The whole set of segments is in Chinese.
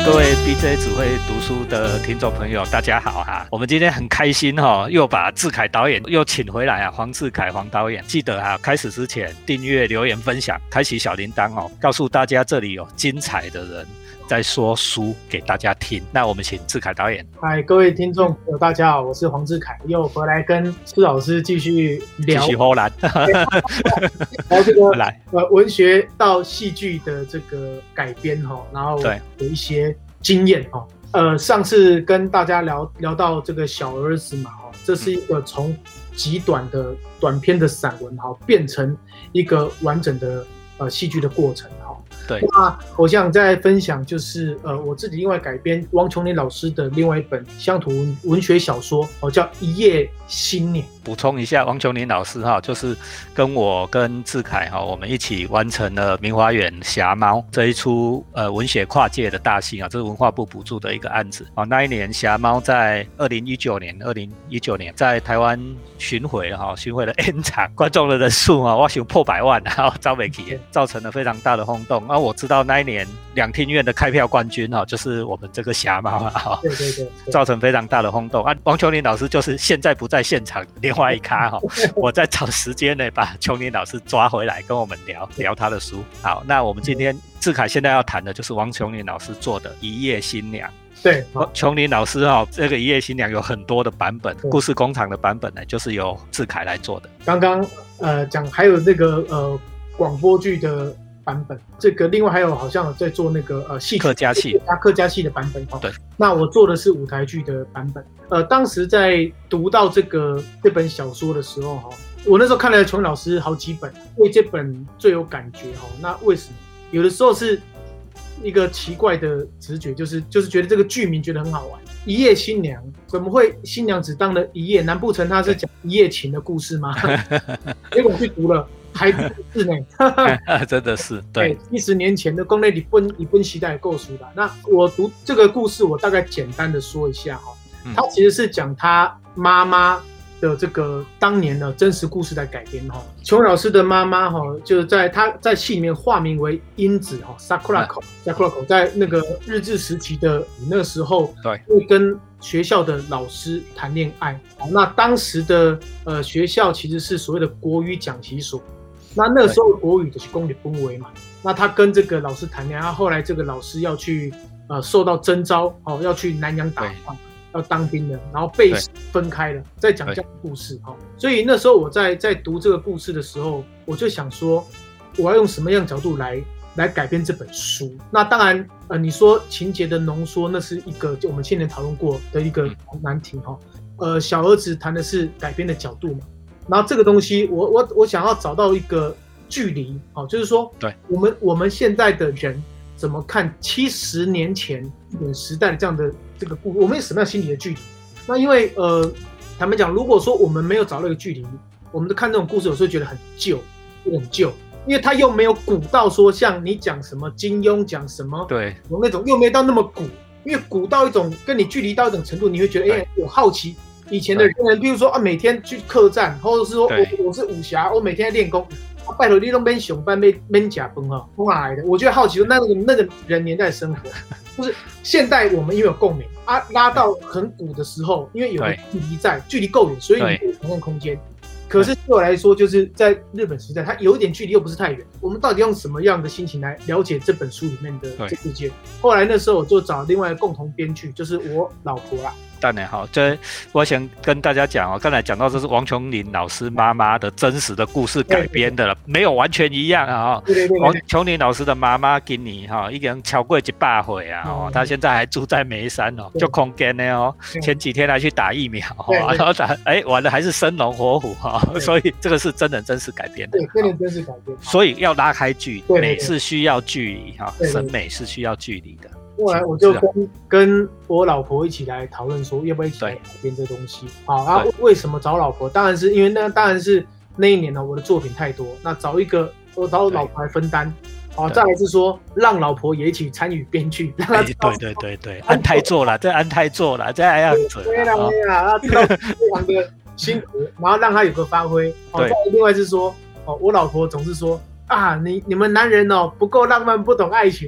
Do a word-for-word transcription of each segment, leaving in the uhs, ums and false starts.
各位 B J 只会读书的听众朋友，大家好哈！我们今天很开心哈、哦，又把志凯导演又请回来啊，黄志凯黄导演。记得啊，开始之前订阅、留言、分享，开启小铃铛哦，告诉大家这里有精彩的人在说书给大家听。那我们请志凯导演。 嗨，各位听众朋友，大家好，我是黄志凯，又回来跟施老师继续聊， 继续后来聊这个来呃文学到戏剧的这个改编哈，然后有一些经验哈。呃，上次跟大家聊聊到这个小儿子嘛哈，这是一个从极短的短篇的散文哈，变成一个完整的呃戏剧的过程哈。 对， 那我想再分享就是呃我自己另外改编汪琼林老师的另外一本乡土文学小说哦，叫《一夜新娘》。 补充一下，汪琼林老师哈，就是跟我跟志凯哈，我们一起完成了明华园侠猫这一出呃文学跨界的大戏啊，这是文化部补助的一个案子啊。那一年侠猫在二零一九年，二零一九年在台湾巡回哈，巡回了 N 场，观众的人数啊，我想破百万啊，招美起造成了非常大的轰动。啊，我知道那一年两厅院的开票冠军哈，就是我们这个侠猫啊， 对对 对, 对， 造成非常大的轰动啊。汪琼林老师就是现在不在现场，另外一咖哈，我在找时间呢，把琼林老师抓回来跟我们聊聊他的书。好，那我们今天志凯现在要谈的就是汪琼林老师做的《一夜新娘》。 对， 琼林老师哈、哦，这个《一夜新娘》有很多的版本，故事工厂的版本呢，就是由志凯来做的。 刚刚呃讲还有那个呃广播剧的版本，这个另外还有好像有在做那个呃戏客家戏加客家戏的版本哦。 对， 那我做的是舞台剧的版本。呃，当时在读到这个这本小说的时候哈，我那时候看了琼林老师好几本，为这本最有感觉哈。那为什么？有的时候是一个奇怪的直觉，就是就是觉得这个剧名觉得很好玩。一夜新娘怎么会新娘只当了一夜？难不成他是讲一夜情的故事吗？结果我去读了。还不是呢， 真的是对。 七十年前的国内日本日本时代够熟的。那我读这个故事，我大概简单的说一下哈。他其实是讲他妈妈的这个当年的真实故事来改编哈。琼老师的妈妈哈，就是在他在戏里面化名为英子哈 ，Sakurako Sakurako， 在那个日治时期的那个时候，对，会跟学校的老师谈恋爱。那当时的呃学校其实是所谓的国语讲习所。那那个时候国语就是公立本位嘛，那他跟这个老师谈恋爱，后来这个老师要去呃受到征召哦，要去南洋打仗，要当兵的，然后被分开了，再讲这样的故事哈。所以那时候我在在读这个故事的时候，我就想说，我要用什么样的角度来来改编这本书？那当然呃，你说情节的浓缩，那是一个就我们先前讨论过的一个难题哈。呃，小儿子谈的是改编的角度嘛。然后这个东西我，我我我想要找到一个距离，哦，就是说，对，我们我们现在的人怎么看七十年前日本时代的这样的这个故事，我们有什么样心理的距离？那因为呃，坦白讲，如果说我们没有找到一个距离，我们看这种故事有时候觉得很旧，很旧，因为它又没有古到说像你讲什么金庸讲什么，对，有那种又没到那么古，因为古到一种跟你距离到一种程度，你会觉得哎，我好奇。以前的人，比如说啊，每天去客栈，或者是说我我是武侠，我每天在练功，啊、拜托你都免上班，免免假崩哈，从哪来的？我觉得好奇说，那个那个人年代生活，就是现代我们因为有共鸣啊，拉到很古的时候，因为有个距离在，距离够远，所以你有同样空间。可是对我来说，就是在日本时代，它有一点距离，又不是太远。我们到底用什么样的心情来了解这本书里面的这世界？后来那时候我就找另外一个共同编剧，就是我老婆啦。 当然好，这我想跟大家讲哦，刚才讲到这是王琼林老师妈妈的真实的故事改编的了，没有完全一样啊。对对对，王琼林老师的妈妈今年哈已经超过一百岁啊，哦，她现在还住在眉山哦，就空间的哦。前几天还去打疫苗哈，然后打哎完了还是生龙活虎哈，所以这个是真人真事改编的， 对，真人真事改编。 所以要拉开距离，美是需要距离哈，审美是需要距离的。 后来我就跟、啊、跟我老婆一起来讨论说，要不要一起来改编这东西？好，然后为什么找老婆？当然是因为那当然是那一年呢，我的作品太多，那找一个我找我老婆来分担。好，再来是说让老婆也一起参与编剧，让她对对对对，安泰做了，这安泰做了，这还要做。 对啦对啦，知道非常的辛苦，然后让她有个发挥。好，再来另外是说，哦，我老婆总是说啊，你你们男人哦不够浪漫，不懂爱情呐、啊。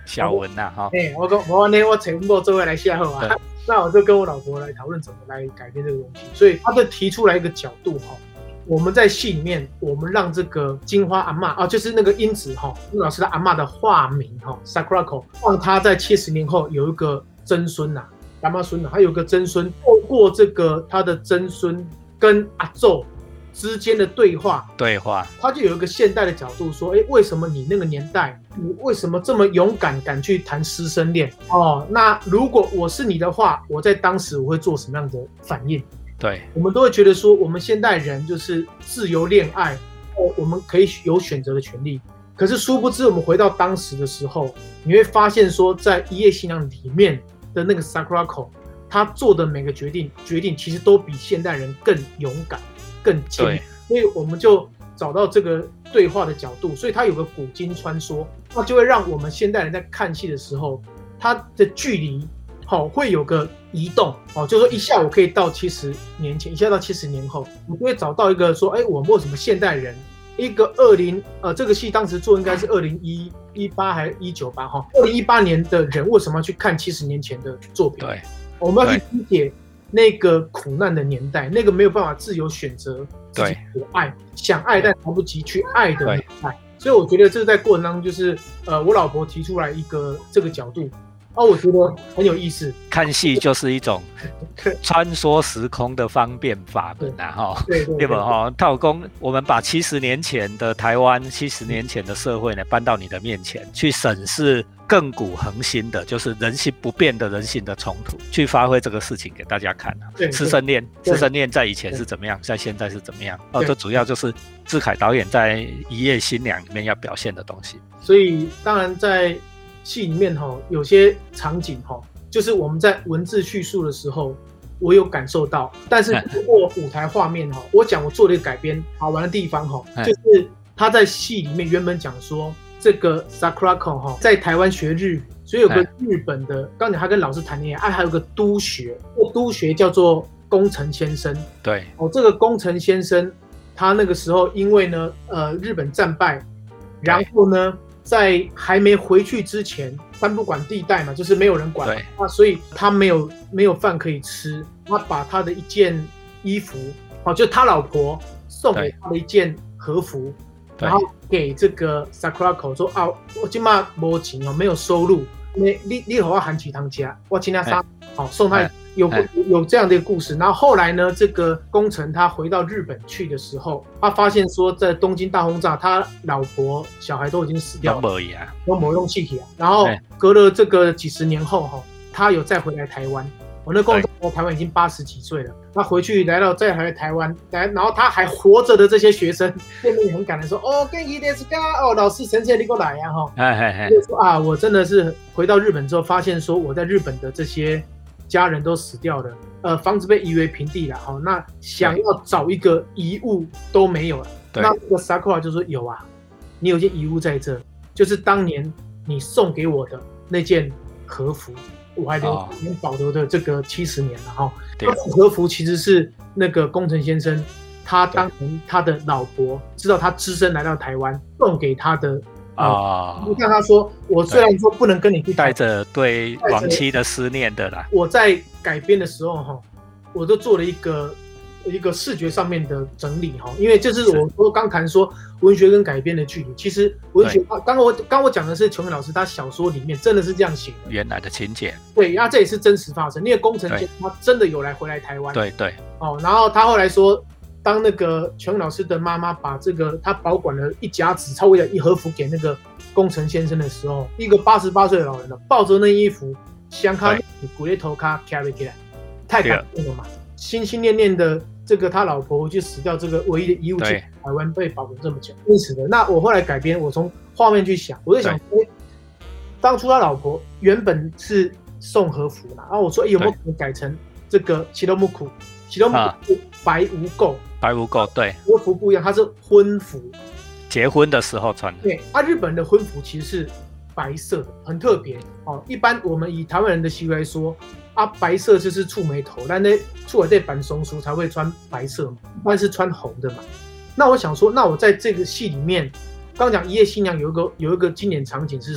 小文呐哈。 哎，我讲我那我全部做回来下后啊，那我就跟我老婆来讨论怎么来改变这个东西，所以他就提出来一个角度哈。我们在戏里面，我们让这个金花阿嬷啊，就是那个英子哈，那老师的阿嬷的化名哈 ，Sakurako， 让他在七十年后有一个曾孙呐，阿嬷孙呐，还有个曾孙，透过这个他的曾孙跟阿祖之间的对话， 对话， 他就有一个现代的角度说，哎，为什么你那个年代，你为什么这么勇敢，敢去谈师生恋？哦，那如果我是你的话，我在当时我会做什么样的反应？ 对， 我们都会觉得说，我们现代人就是自由恋爱，哦，我们可以有选择的权利。可是殊不知，我们回到当时的时候，你会发现说，在《一夜新娘》里面的那个 Sakurako， 他做的每个决定，决定其实都比现代人更勇敢、更坚毅。所以我们就找到这个对话的角度，所以它有个古今穿梭，那就会让我们现代人在看戏的时候，它的距离。好，会有个移动，哦，就是说一下我可以到七十年前，一下到七十年后，我就会找到一个说，哎，我们为什么现代人一个二零呃这个戏当时做应该是二零一八还是一九吧哈，二零一八年的人为什么要去看七十年前的作品？ 对， 我们要去理解那个苦难的年代，那个没有办法自由选择自己的爱，想爱但来不及去爱的年代。所以我觉得这个在过程当中，就是呃我老婆提出来一个这个角度。哦，我觉得很有意思。 看戏就是一种穿梭时空的方便法门啊，哈， 对对吧？哈，套公，我们把七十年前的台湾、七十年前的社会呢，搬到你的面前，去审视亘古恒新的，就是人心不变的人性的冲突，去发挥这个事情给大家看啊。师生恋，师生恋在以前是怎么样，在现在是怎么样？哦，这主要就是志凯导演在《一夜新娘》里面要表现的东西。 所以，当然在戏里面哈，有些场景哈，就是我们在文字叙述的时候，我有感受到，但是通过舞台画面哈，我讲我做了一个改编，好玩的地方哈，就是他在戏里面原本讲说，这个 Sakurako 哈在台湾学日语，所以有个日本的，刚才他跟老师谈恋爱，还有个督学，这个督学叫做宫城先生。 对， 哦，这个宫城先生，他那个时候因为呢，呃，日本战败，然后呢。在还没回去之前，三不管地带嘛，就是没有人管啊，所以他没有没有饭可以吃，他把他的一件衣服，哦，就他老婆送给他的一件和服，然后给这个 Sakurako 说啊，我今嘛没钱哦，没有收入，你你你和我含起汤家，我请他杀，好送他。有有这样的一个故事，然后后来呢，这个宫城他回到日本去的时候，他发现说在东京大轰炸，他老婆小孩都已经死掉了，都没用气体啊。然后隔了这个几十年后哈，他有再回来台湾。我那宫城台湾已经八十几岁了，他回去来到再回来台湾，来然后他还活着的这些学生，见面也很感人说哦，跟伊德斯嘎哦，老师陈谢你过来呀哈，哎哎哎，就说啊，我真的是回到日本之后，发现说我在日本的这些。家人都死掉了，呃，房子被夷为平地了，好，那想要找一个遗物都没有了。那这个 Sakura 就说有啊，你有件遗物在这，就是当年你送给我的那件和服，我还留能保留的这个七十年了哈。这和服其实是那个宫城先生，他当年他的老婆知道他只身来到台湾，送给他的。啊！你看他说，我虽然说不能跟你去带着对亡妻的思念的啦。 我在改编的时候哈，我都做了一个一个视觉上面的整理哈，因为就是我我刚谈说文学跟改编的距离，其实文学刚刚我刚我讲的是琼明老师他小说里面真的是这样写的， 原来的情节。 对，那这也是真实发生，因为宫城先生他真的有来回来台湾。 对对。 哦，然后他后来说。当那个琼老师的妈妈把这个他保管了一甲子超过一和服给那个宫城先生的时候，一个八十八岁的老人了，抱着那衣服，香卡骨裂头卡 carry 起来，太感动了嘛！心心念念的这个他老婆就死掉，这个唯一的遗物，去台湾被保存这么久，因此的。那我后来改编，我从画面去想，我在想，哎，当初他老婆原本是送和服嘛，然后我说，哎，有没有可能改成这个奇罗木库？奇罗木库白无垢。 白无垢，对， 和服不一样，它是婚服， 结婚的时候穿的。 对，啊，日本的婚服其实是白色的，很特别哦。一般我们以台湾人的习惯来说，啊，白色就是触眉头，但那触耳对板松书才会穿白色嘛，一般是穿红的嘛。那我想说，那我在这个戏里面，刚讲《一夜新娘》有一个有一个经典场景是说，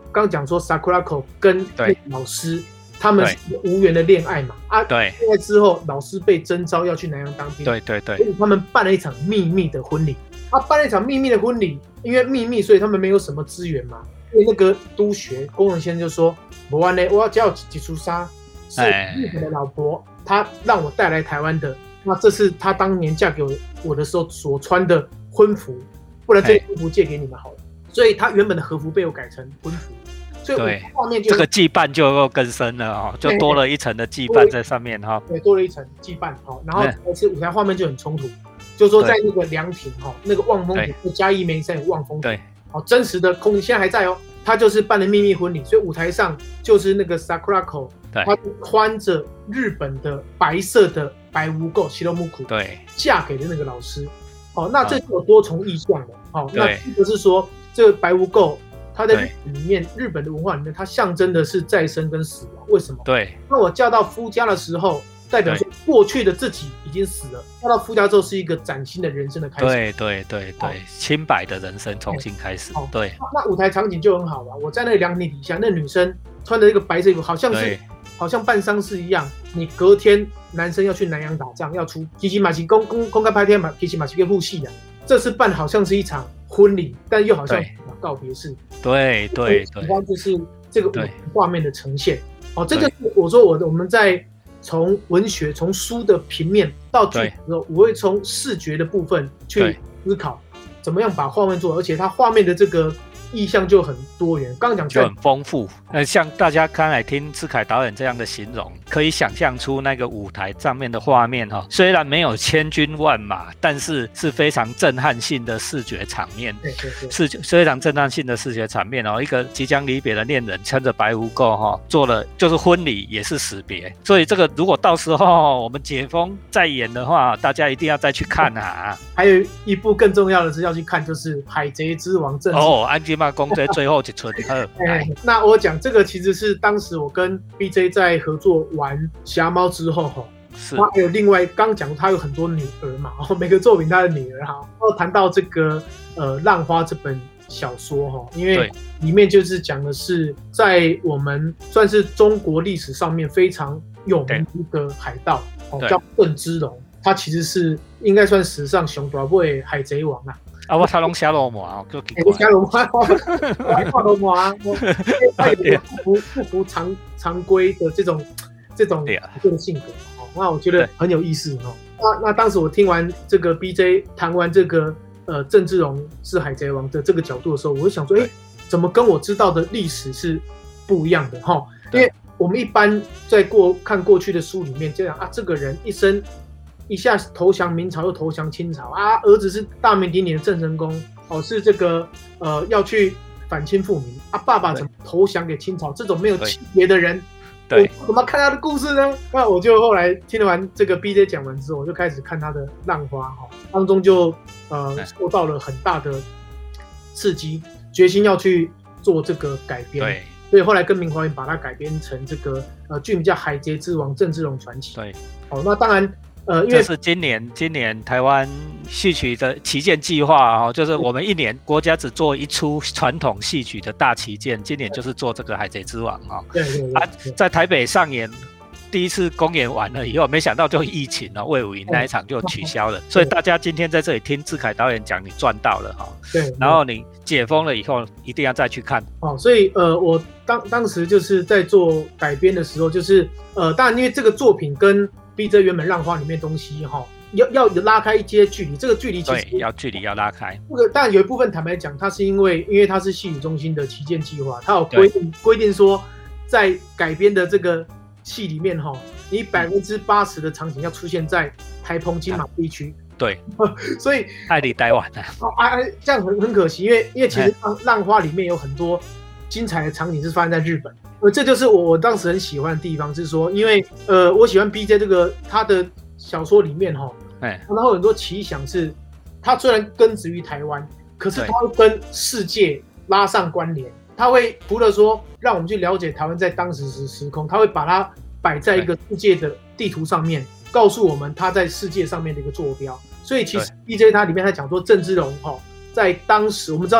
刚讲说 Sakurako 跟老师他们是无缘的恋爱嘛，啊， 对， 恋爱之后老师被征召要去南洋当兵， 对对对， 所以他们办了一场秘密的婚礼。他、啊、办了一场秘密的婚礼，因为秘密，所以他们没有什么资源嘛。因为那个督学工人先生就说：“不完嘞，我要叫几出纱，是日本的老婆，她让我带来台湾的。那这是她当年嫁给我的时候所穿的婚服，不然这婚服借给你们好了。”所以他原本的和服被我改成婚服。所以我画面就这个羁绊就更深了哦，就多了一层的羁绊在上面哈。 对，多了一层羁绊哈。然后是舞台画面就很冲突，就是说在那个凉亭哈，那个望风亭，嘉义梅山有望风亭，对，好真实的空间现在还在哦。他就是办了秘密婚礼，所以舞台上就是那个 Sakurako， 他穿着日本的白色的白无垢西罗木库，对，嫁给了那个老师。好，那这是有多重意象的。好，那就是说这个白无垢。它在日本里面，日本的文化里面，它象征的是再生跟死亡。为什么？对，那我嫁到夫家的时候，代表说过去的自己已经死了，嫁到夫家之后是一个崭新的人生的开始。对对对对，清白的人生重新开始。对，那舞台场景就很好了。我在那个凉亭底下，那女生穿的一个白色衣服，好像是好像办丧事一样。你隔天男生要去南洋打仗，要出基基马奇公公公开拍片嘛，基基马奇跟入戏的，这是办好像是一场婚礼，但又好像告别式。对对对，喜欢就是这个画面的呈现。哦，这就是我说我我们在从文学从书的平面到剧的时候，我会从视觉的部分去思考怎么样把画面做，而且它画面的这个意象就很多元，刚刚讲就很丰富。呃，像大家刚才听志凯导演这样的形容，可以想象出那个舞台上面的画面哈、哦，虽然没有千军万马，但是是非常震撼性的视觉场面。对对对，是非常震撼性的视觉场面哦。一个即将离别的恋人穿着白无垢哈，做了就是婚礼也是死别，所以这个如果到时候我们解封再演的话，大家一定要再去看啊。还有一部更重要的是要去看，就是《海贼之王》正哦，安吉玛公在最后一村。那我讲这个其实是当时我跟 B J 在合作完《侠猫》之后哈，他还有另外刚讲他有很多女儿嘛，然后每个作品他的女儿哈，然后谈到这个呃《浪花》这本小说哈，因为里面就是讲的是在我们算是中国历史上面非常有名的一个海盗哦，叫邓之龙，他其实是应该算史上最大尾海贼王啊。啊，我他拢写罗马，就奇怪。写罗马，我还看罗马，他有不不服常常规的这种这种这个性格，哦，那我觉得很有意思哦。那那当时我听完这个 B J 谈完这个呃郑志龙是海贼王的这个角度的时候，我就想说，哎，怎么跟我知道的历史是不一样的哈？因为我们一般在过看过去的书里面，这样啊，这个人一生。一下投降明朝又投降清朝啊，儿子是大名鼎鼎的郑成功哦，是这个呃要去反清复明啊，爸爸怎么投降给清朝？这种没有区别的人，对，我怎么看他的故事呢？那我就后来听完这个 B J 讲完之后，我就开始看他的《浪花》哈，当中就呃受到了很大的刺激，决心要去做这个改编。对。所以后来跟明华园把它改编成这个呃剧名叫《海贼之王郑志龙传奇》。对。好，那当然。呃，因为这是今年今年台湾戏曲的旗舰计划哦，就是我们一年国家只做一出传统戏曲的大旗舰，今年就是做这个《海贼之王》哦。对对对。啊，在台北上演第一次公演完了以后，没想到就疫情了，魏武营那一场就取消了。所以大家今天在这里听志凯导演讲，你赚到了哈。对。然后你解封了以后，一定要再去看。哦，所以呃，我当当时就是在做改编的时候，就是呃，当然因为这个作品跟B J 原本《浪花》里面东西哈，要要拉开一些距离，这个距离其实对要距离要拉开。这个当然有一部分坦白讲，它是因为因为它是戏曲中心的旗舰计划，它有规定规定说，在改编的这个戏里面哈，你百分之八十的场景要出现在台澎金马地区。对，所以爱里待完了啊，这样很很可惜，因为因为其实浪浪花里面有很多精彩的场景是发生在日本。呃，这就是我我当时很喜欢的地方，是说，因为呃，我喜欢 B J 这个他的小说里面哈，哎，然后很多奇想是，他虽然根植于台湾，可是他会跟世界拉上关联，他会除了说让我们去了解台湾在当时时时空，他会把它摆在一个世界的地图上面，告诉我们他在世界上面的一个坐标。所以其实 B J 他里面他讲说郑芝龙哈，在当时我们知道他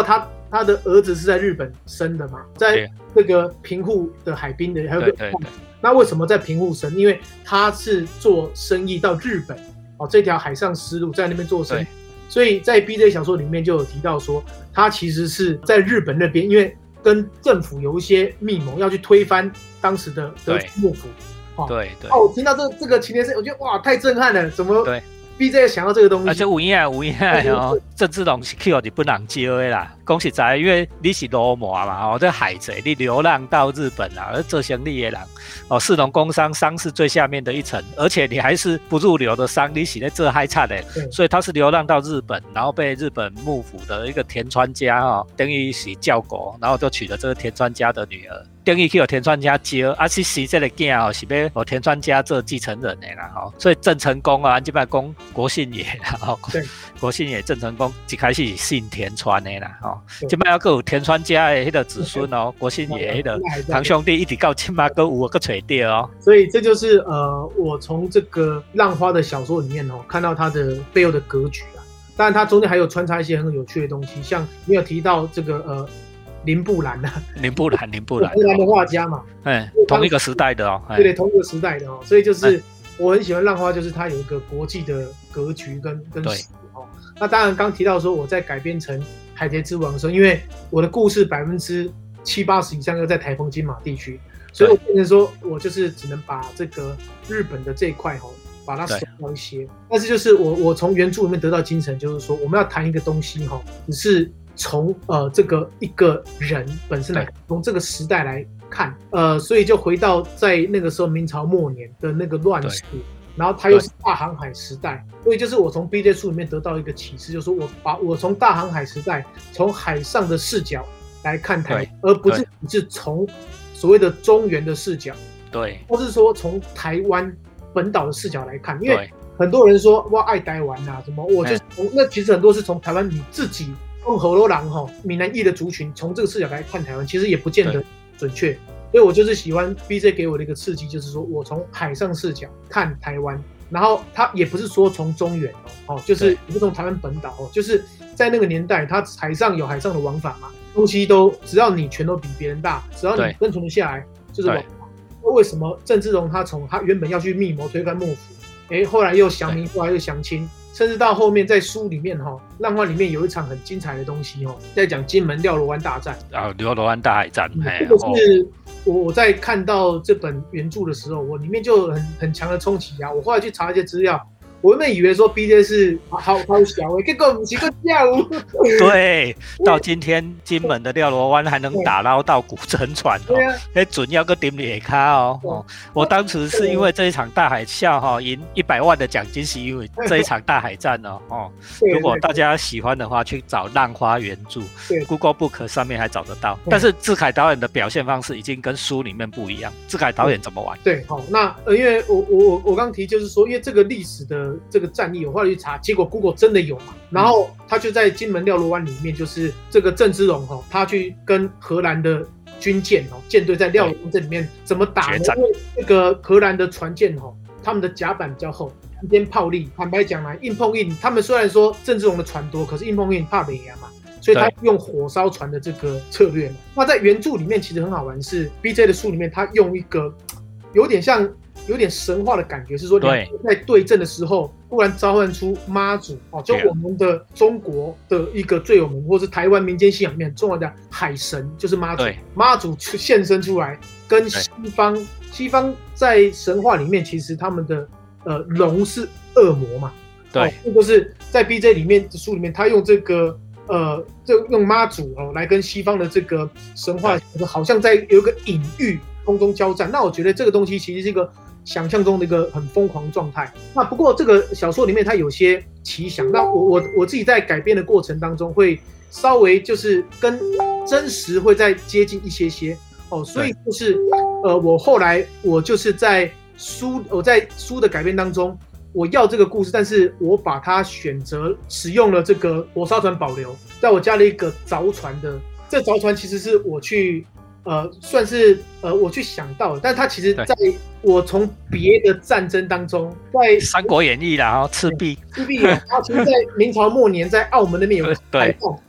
他的儿子是在日本生的嘛，在这个平户的海滨的，还有个对对对，那为什么在平户生？因为他是做生意到日本哦，这条海上丝路在那边做生意，所以在 B J 小说里面就有提到说，他其实是在日本那边，因为跟政府有一些密谋，要去推翻当时的德川幕府。 对对， 哦，我听到这这个情节是，我觉得哇，太震撼了，怎么？对。B J 想到这个东西， 而且有影有影哦，郑芝龙是去日本人招的啦。讲实在，因为你是罗马嘛，哦，这海贼，你流浪到日本啊，而做生意的人，哦，士农工商，商是最下面的一层，而且你还是不入流的商，你是在这海产的，所以他是流浪到日本，然后被日本幕府的一个田川家哦，等于是教国，然后就娶了这个田川家的女儿。等于去有田川家招，啊，其实这个囝哦是要有田川家做继承人的啦，吼，所以郑成功啊，这摆讲国姓爷啦，吼，国姓爷郑成功一开始是姓田川的啦，吼，这摆还有田川家的迄个子孙哦，国姓爷迄个堂兄弟一直到今摆还有个找到哦， 所以这就是呃，我从这个浪花的小说里面哦，看到他的背后的格局啊，当然他中间还有穿插一些很有趣的东西，像你有提到这个呃。林布兰啊， 林布兰，林布兰， 荷兰的画家嘛， 哎，同一个时代的哦， 对对，同一个时代的哦，所以就是我很喜欢浪花，就是它有一个国际的格局跟跟史哦。那当然刚提到说我在改编成《海贼之王》的时候，因为我的故事百分之七八十以上要在台风金马地区，所以我变成说我就是只能把这个日本的这一块哦，把它省掉一些。但是就是我我从原著里面得到精神，就是说我们要谈一个东西哈，只是。从呃这个一个人本身来，从这个时代来看，呃，所以就回到在那个时候明朝末年的那个乱世，然后它又是大航海时代，所以就是我从 B J 书里面得到一个启示，就是说我把我从大航海时代，从海上的视角来看台湾，而不是只是从所谓的中原的视角， 对， 或是说从台湾本岛的视角来看，因为很多人说哇爱台湾啊什么，我就从那其实很多是从台湾你自己。用河洛郎哈闽南裔的族群从这个视角来看台湾，其实也不见得准确，所以我就是喜欢 B J 给我的一个刺激，就是说我从海上视角看台湾，然后他也不是说从中原哦，就是也不是从台湾本岛哦，就是在那个年代，他海上有海上的王法嘛，东西都只要你全都比别人大，只要你生存得下来，就是王法。那为什么郑芝龙他从他原本要去密谋推翻幕府，哎，后来又降明，后来又降清。甚至到后面在书里面哈，浪花里面有一场很精彩的东西哈，在讲金门廖罗湾大战啊，廖罗湾大海战。 这个是我我在看到这本原著的时候，我里面就很很强的冲击啊！我后来去查一些资料，我原本以为说 B J 是好好小诶，结果不是个跳舞。 对，到今天金门的廖罗湾还能打捞到古沉船哦，那准要个点脸卡哦。哦，我当时是因为这一场大海啸哈，赢一百万的奖金，是因为这一场大海战哦。哦，如果大家喜欢的话，去找浪花原著 ，Google Book 上面还找得到。但是志凯导演的表现方式已经跟书里面不一样。志凯导演怎么玩？ 对，好，那呃，因为我我我我刚提就是说，因为这个历史的这个战役，我后来去查，结果 Google 真的有嘛？然后他就在金门廖罗湾里面，就是这个郑芝龙哈，他去跟荷兰的军舰哦舰队在廖罗湾这里面怎么打呢？因为这个荷兰的船舰哈，他们的甲板比较厚，一边炮力，坦白讲来硬碰硬。他们虽然说郑芝龙的船多，可是硬碰硬怕北洋嘛。所以他用火烧船的这个策略嘛。那在原著里面其实很好玩，是 B J 的书里面，他用一个有点像有点神话的感觉，是说两个在对阵的时候，突然召唤出妈祖哦，就我们的中国的一个最有名，或是台湾民间信仰里面很重要的海神，就是妈祖。妈祖现身出来，跟西方西方在神话里面，其实他们的呃龙是恶魔嘛。 对， 这个是在 B J 里面的书里面，他用这个。呃，就用妈祖哦来跟西方的这个神话，好像在有一个隐喻空中交战。那我觉得这个东西其实是一个想象中的一个很疯狂状态。那不过这个小说里面它有些奇想，那我我我自己在改编的过程当中会稍微就是跟真实会再接近一些些哦，所以就是呃，我后来我就是在书我在书的改编当中。我要这个故事，但是我把它选择使用了这个火烧船保留，在我加了一个凿船的，这凿船其实是我去呃算是呃我去想到的，但它其实在我从别的战争当中，在《 三国演义》啦，然后赤壁， 赤壁有，然后其实在明朝末年，在澳门那边有个海战，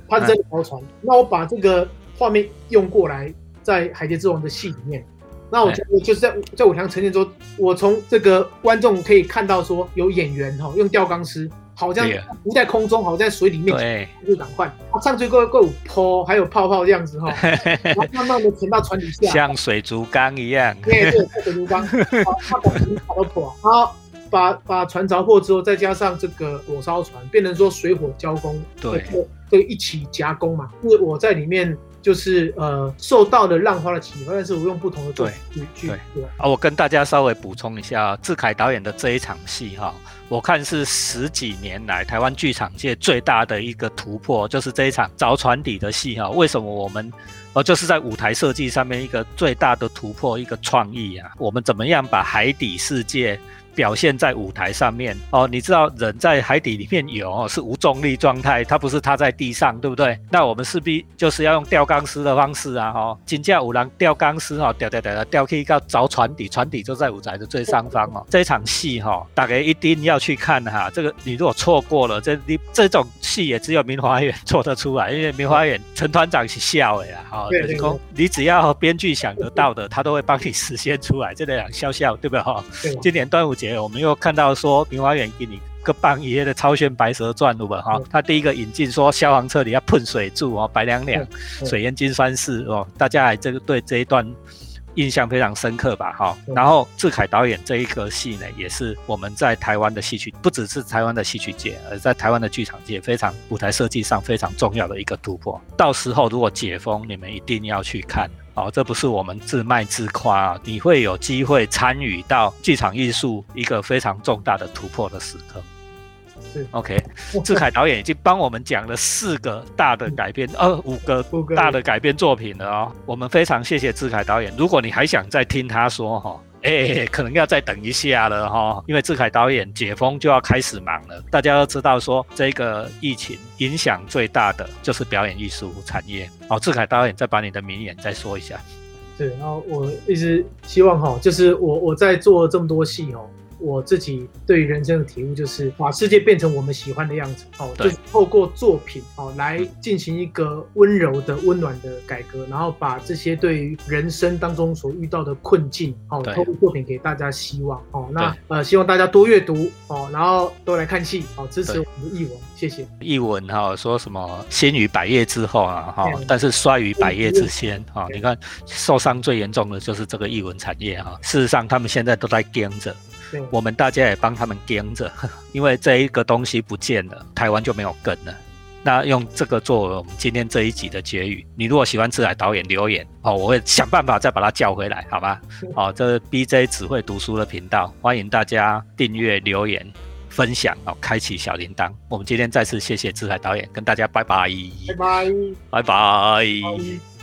它是真的一条船。那我把这个画面用过来，在《海贼之王》的戏里面，那我觉得就是在在舞台上呈现说，我从这个观众可以看到说，有演员哈用吊钢丝，好像浮在空中，好像在水里面，对，就赶快，他唱最过过有泼，还有泡泡这样子哈，然后慢慢的沉到船底下， 像水族缸一样， 对对，像水族缸，他把船跑到破，然后把把船着破之后，再加上这个火烧船，变成说水火交攻， 对， 对，一起夹攻嘛，因为我在里面。就是呃受到了浪花的启发，但是我用不同的做去去对啊，我跟大家稍微补充一下，志凯导演的这一场戏哈，我看是十几年来台湾剧场界最大的一个突破，就是这一场着船底的戏哈。为什么我们呃就是在舞台设计上面一个最大的突破，一个创意啊？我们怎么样把海底世界表现在舞台上面哦？你知道人在海底里面游、哦、是无重力状态，它不是踏在地上，对不对？那我们势必就是要用吊钢丝的方式啊，哦，真正有人吊钢丝哈，吊吊吊吊去到着船底，船底就在舞台的最上方哦。这一场戏哈、哦，大家一定要去看哈。这个你如果错过了，这你这种戏也只有明华园做得出来，因为明华园陈团长是笑的啦，哈、哦，就是说你只要编剧想得到的，他都会帮你实现出来，这样笑笑，对不对哈？今年端午节。我们又看到说明华园给你个棒爷的超炫白蛇传，对吧？哈，他第一个引进说消防车里要喷水柱哦，白两两水淹金山寺哦，大家还这个对这一段印象非常深刻吧？哈，然后志凯导演这一个戏呢，也是我们在台湾的戏曲，不只是台湾的戏曲界，而在台湾的剧场界非常舞台设计上非常重要的一个突破。到时候如果解封，你们一定要去看。哦，这不是我们自卖自夸啊，你会有机会参与到剧场艺术一个非常重大的突破的时刻。是 OK， 志凯导演已经帮我们讲了四个大的改编，呃，五个大的改编作品了哦。我们非常谢谢志凯导演。如果你还想再听他说哈、哦。哎，可能要再等一下了哈，因为志凯导演解封就要开始忙了。大家都知道说，这个疫情影响最大的就是表演艺术产业。好，志凯导演再把你的名言再说一下。 对，然后我一直希望哈，就是我我在做这么多戏哦。我自己对于人生的体悟就是把世界变成我们喜欢的样子，哦，就是透过作品哦来进行一个温柔的、温暖的改革，然后把这些对于人生当中所遇到的困境，哦，透过作品给大家希望，哦，那呃希望大家多阅读，哦，然后都来看戏，哦，支持我们的艺文，谢谢。 艺文哈、哦、说什么兴于百业之后啊，哈、哦，但是衰于百业之先，哈、哦，你看受伤最严重的就是这个艺文产业哈、哦，事实上他们现在都在盯着。我们大家也帮他们盯着，因为这一个东西不见了，台湾就没有根了。那用这个作为我们今天这一集的结语。你如果喜欢志凯导演留言哦，我会想办法再把他叫回来，好吗？哦，这是 B J 只会读书的频道，欢迎大家订阅、留言、分享哦，开启小铃铛。我们今天再次谢谢志凯导演，跟大家拜拜， 拜拜， 拜拜。